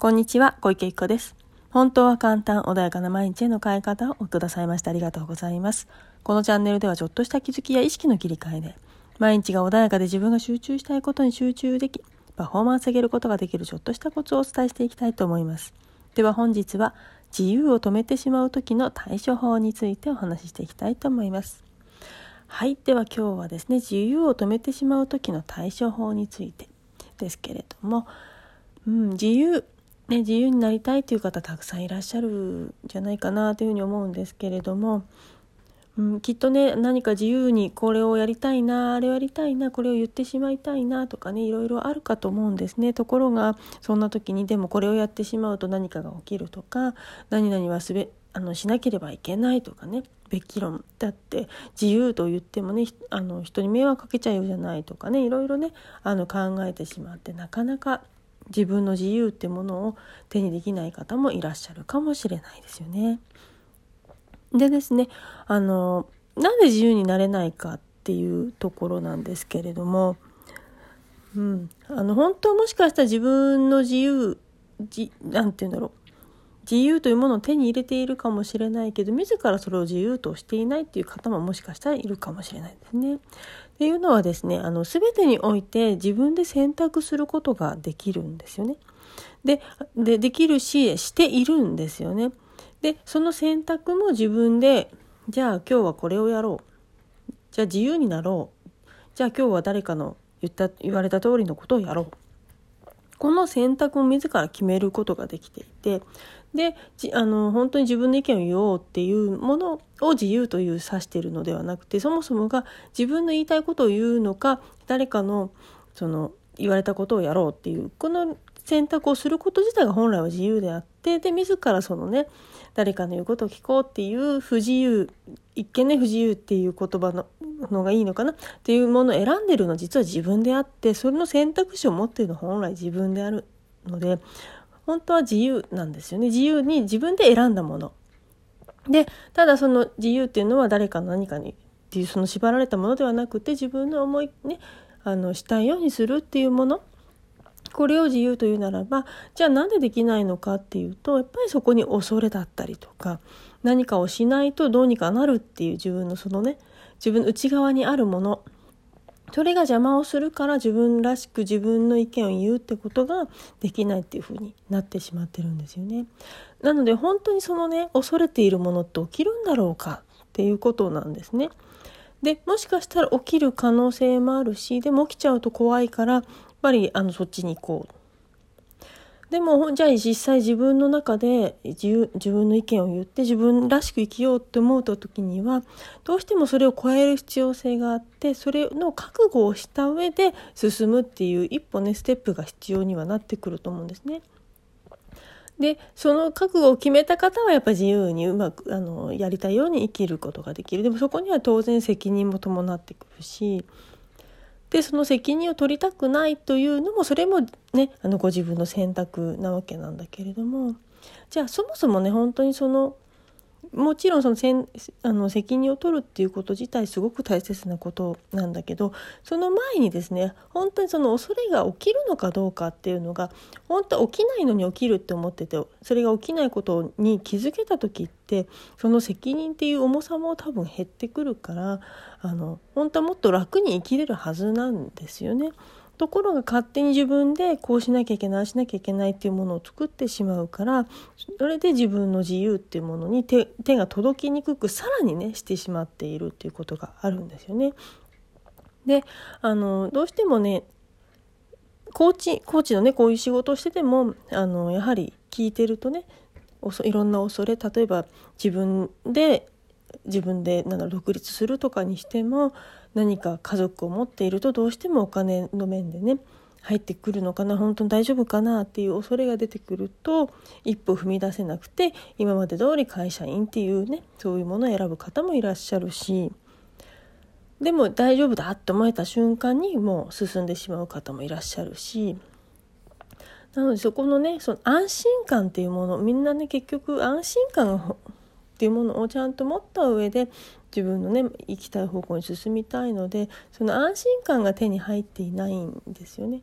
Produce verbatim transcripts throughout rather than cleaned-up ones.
こんにちは、小池由紀子です。本当は簡単、穏やかな毎日への変え方をくださいましてありがとうございます。このチャンネルではちょっとした気づきや意識の切り替えで、毎日が穏やかで自分が集中したいことに集中でき、パフォーマンス上げることができるちょっとしたコツをお伝えしていきたいと思います。では本日は、自由を止めてしまう時の対処法についてお話ししていきたいと思います。はい、では今日はですね、自由を止めてしまう時の対処法についてですけれども、うん、自由ね、自由になりたいという方たくさんいらっしゃるんじゃないかなというふうに思うんですけれども、うん、きっとね何か自由にこれをやりたいなあれをやりたいなこれを言ってしまいたいなとかねいろいろあるかと思うんですね。ところがそんな時にでもこれをやってしまうと何かが起きるとか何々はすべあのしなければいけないとかねべき論だって自由と言ってもねあの人に迷惑かけちゃうじゃないとかねいろいろねあの考えてしまってなかなか自分の自由ってものを手にできない方もいらっしゃるかもしれないですよね。でですね、あのなんで自由になれないかっていうところなんですけれども、うん、あの本当はもしかしたら自分の自由じなんていうんだろう自由というものを手に入れているかもしれないけど自らそれを自由としていないっていう方ももしかしたらいるかもしれないですね。っていうのはですね、あの全てにおいて自分で選択することができるんですよね。で、で、できるししているんですよね。で、その選択も自分でじゃあ今日はこれをやろう。じゃあ自由になろう。じゃあ今日は誰かの言った言われた通りのことをやろう。この選択を自ら決めることができていて、であの本当に自分の意見を言おうっていうものを自由という指しているのではなくて、そもそもが自分の言いたいことを言うのか誰かのその言われたことをやろうっていうこの選択をすること自体が本来は自由であって、で自らそのね誰かの言うことを聞こうっていう不自由一見ね不自由っていう言葉ののがいいのかなっていうものを選んでいるのは実は自分であって、それの選択肢を持っているのは本来自分であるので本当は自由なんですよね。自由に自分で選んだもので、ただその自由っていうのは誰かの何かにっていうその縛られたものではなくて自分の思いねあのしたいようにするっていうもの、これを自由というならばじゃあなんでできないのかっていうとやっぱりそこに恐れだったりとか何かをしないとどうにかなるっていう自分のそのね自分の内側にあるもの、それが邪魔をするから自分らしく自分の意見を言うってことができないっていう風になってしまってるんですよね。なので本当にそのね恐れているものって起きるんだろうかっていうことなんですね。でもしかしたら起きる可能性もあるし、でも起きちゃうと怖いからやっぱりあのそっちに行こう。でもじゃあ実際自分の中で 自, 自分の意見を言って自分らしく生きようって思うと時にはどうしてもそれを超える必要性があって、それの覚悟をした上で進むっていう一歩ねステップが必要にはなってくると思うんですね。でその覚悟を決めた方はやっぱり自由にうまくあのやりたいように生きることができる。でもそこには当然責任も伴ってくるし、でその責任を取りたくないというのもそれもねあのご自分の選択なわけなんだけれども、じゃあそもそもね本当にそのもちろんそのせんあの責任を取るっていうこと自体すごく大切なことなんだけど、その前にですね本当にその恐れが起きるのかどうかっていうのが本当は起きないのに起きるって思ってて、それが起きないことに気づけた時ってその責任っていう重さも多分減ってくるから、あの本当はもっと楽に生きれるはずなんですよね。ところが勝手に自分でこうしなきゃいけない、しなきゃいけないっていうものを作ってしまうから、それで自分の自由っていうものに 手, 手が届きにくくさらにねしてしまっているっていうことがあるんですよね。であのどうしてもねコーチコーチのねこういう仕事をしててもあのやはり聞いてるとねいろんな恐れ、例えば自分で自分でなんだろう独立するとかにしても何か家族を持っているとどうしてもお金の面でね入ってくるのかな、本当に大丈夫かなっていう恐れが出てくると一歩踏み出せなくて今まで通り会社員っていうねそういうものを選ぶ方もいらっしゃるし、でも大丈夫だって思えた瞬間にもう進んでしまう方もいらっしゃるし、なのでそこのねその安心感っていうもの、みんなね結局安心感っていうものをちゃんと持った上で自分のね行きたい方向に進みたいので、その安心感が手に入っていないんですよね。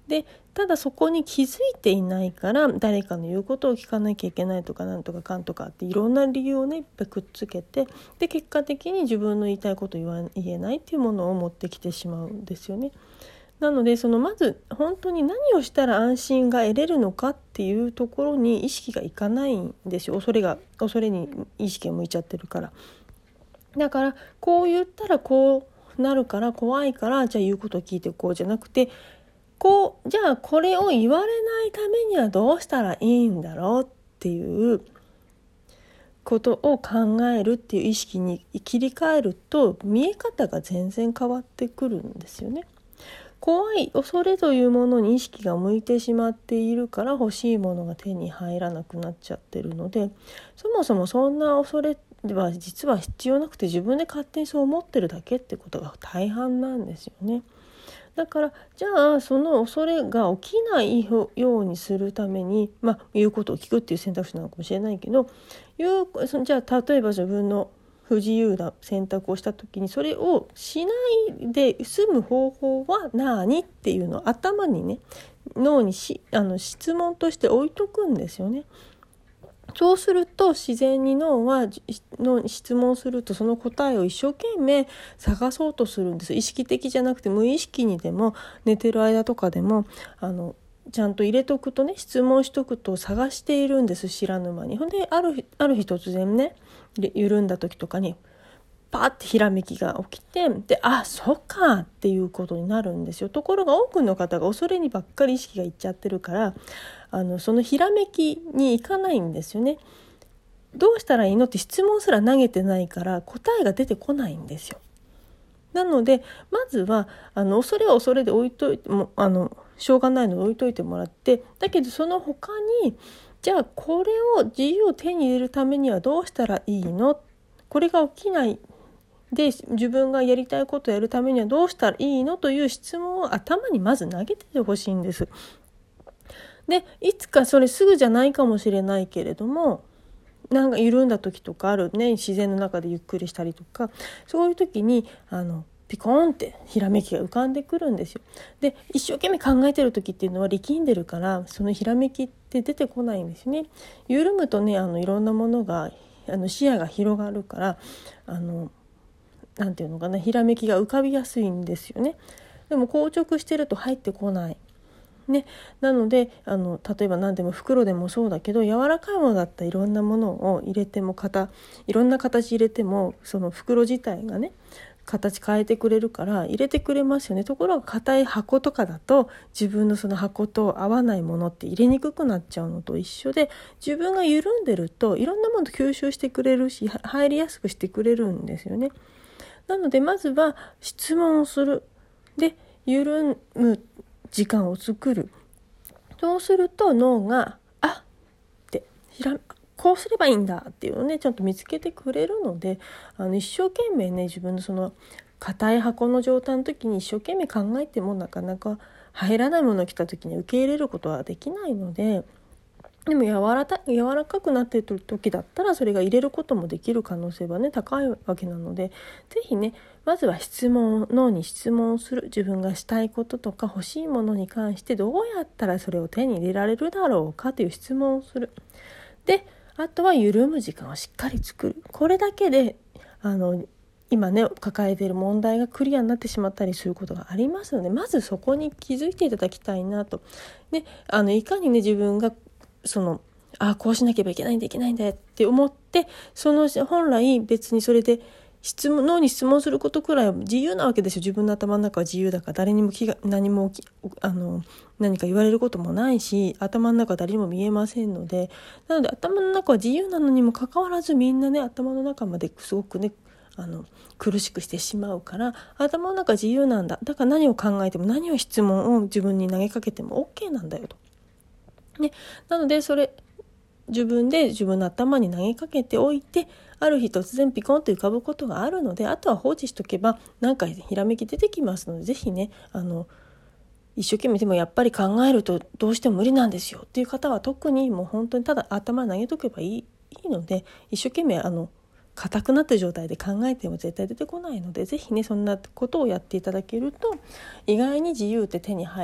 でただそこに気づいていないから誰かの言うことを聞かなきゃいけないとかなんとかかんとかっていろんな理由をねいっぱいくっつけて、で結果的に自分の言いたいことを言わ言えないっていうものを持ってきてしまうんですよね。なのでそのまず本当に何をしたら安心が得れるのかっていうところに意識がいかないんですよ。恐れが恐れに意識が向いちゃってるから。だからこう言ったらこうなるから怖いからじゃあ言うことを聞いてこうじゃなくて、こうじゃあこれを言われないためにはどうしたらいいんだろうっていうことを考えるっていう意識に切り替えると見え方が全然変わってくるんですよね。怖い恐れというものに意識が向いてしまっているから欲しいものが手に入らなくなっちゃってるので、そもそもそんな恐れは実は必要なくて自分で勝手にそう思ってるだけってことが大半なんですよね。だからじゃあその恐れが起きないようにするために、まあ、言うことを聞くっていう選択肢なのかもしれないけど、言うじゃあ例えば自分の不自由な選択をした時にそれをしないで済む方法は何っていうのを頭にね脳にしあの質問として置いとくんですよね。そうすると自然に脳は脳に質問するとその答えを一生懸命探そうとするんです。意識的じゃなくて無意識にでも寝てる間とかでもあのちゃんと入れとくとね、質問しとくと探しているんです、知らぬ間に。ほんである日、ある日突然ね緩んだ時とかにパーってひらめきが起きて、であそっかっていうことになるんですよ。ところが多くの方が恐れにばっかり意識がいっちゃってるからあのそのひらめきにいかないんですよね。どうしたらいいのって質問すら投げてないから答えが出てこないんですよ。なのでまずはあの恐れは恐れで置いといてもあのしょうがないので置いといてもらって、だけどその他にじゃあこれを自由を手に入れるためにはどうしたらいいの、これが起きないで自分がやりたいことをやるためにはどうしたらいいのという質問を頭にまず投げててほしいんです。でいつかそれすぐじゃないかもしれないけれども、なんか緩んだ時とかあるね、自然の中でゆっくりしたりとかそういう時にあのピコーンってひらめきが浮かんでくるんですよ。で一生懸命考えてる時っていうのは力んでるからそのひらめきって出てこないんですね。緩むとねあのいろんなものがあの視野が広がるからあのなんていうのかな、ひらめきが浮かびやすいんですよね。でも硬直してると入ってこないね、なのであの例えば何でも袋でもそうだけど柔らかいものだったらいろんなものを入れても型いろんな形入れてもその袋自体がね形変えてくれるから入れてくれますよね。ところが硬い箱とかだと自分のその箱と合わないものって入れにくくなっちゃうのと一緒で、自分が緩んでるといろんなもの吸収してくれるし入りやすくしてくれるんですよね。なのでまずは質問をする。で緩む時間を作る。そうすると脳があってひらこうすればいいんだっていうのをねちゃんと見つけてくれるので、あの一生懸命ね自分のその硬い箱の状態の時に一生懸命考えてもなかなか入らないものが来た時に受け入れることはできないので、でも柔らた柔らかくなっている時だったらそれが入れることもできる可能性はね高いわけなので、ぜひねまずは質問脳に質問をする。自分がしたいこととか欲しいものに関してどうやったらそれを手に入れられるだろうかという質問をする。であとは緩む時間をしっかり作る。これだけであの今ね抱えている問題がクリアになってしまったりすることがありますので、まずそこに気づいていただきたいなと。であのいかにね自分がそのあこうしなければいけないんだいけないんだって思ってその本来別にそれで質問脳に質問することくらいは自由なわけですよ。自分の頭の中は自由だから誰にも気が何もあの何か言われることもないし頭の中は誰にも見えませんので、なので頭の中は自由なのにもかかわらずみんなね頭の中まですごくねあの苦しくしてしまうから、頭の中は自由なんだ、だから何を考えても何を質問を自分に投げかけても OK なんだよと、ね、なのでそれ自分で自分の頭に投げかけておいて、ある日突然ピコンと浮かぶことがあるので、あとは放置しとけばなんかひらめき出てきますので、ぜひねあの一生懸命でもやっぱり考えるとどうしても無理なんですよっていう方は特にもう本当にただ頭に投げとけばいい、いいので、一生懸命あの硬くなった状態で考えても絶対出てこないので、ぜひねそんなことをやっていただけると意外に自由って手に入って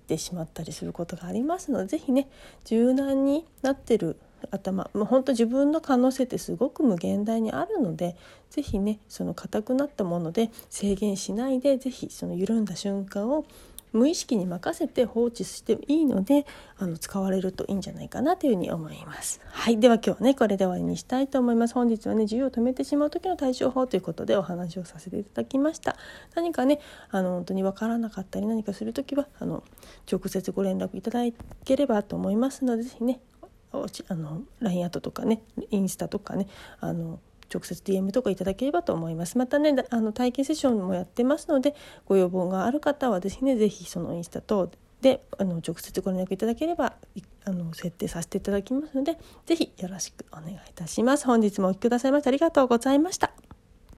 ってしまったりすることがありますので、ぜひね柔軟になってる頭、もう本当自分の可能性ってすごく無限大にあるので、ぜひねその硬くなったもので制限しないで、ぜひその緩んだ瞬間を無意識に任せて放置していいので、あの使われるといいんじゃないかなというふうに思います。はい、では今日はねこれで終わりにしたいと思います。本日はね自由を止めてしまう時の対処法ということでお話をさせていただきました。何かねあの本当に分からなかったり何かする時はあの直接ご連絡いただければと思いますので、ぜひねあの ライン アットとかねインスタとかねあの直接 ディーエム とかいただければと思います。またねあの体験セッションもやってますので、ご要望がある方はですねぜひそのインスタ等であの直接ご連絡いただければあの設定させていただきますので、ぜひよろしくお願いいたします。本日もお聞きくださいましてありがとうございました。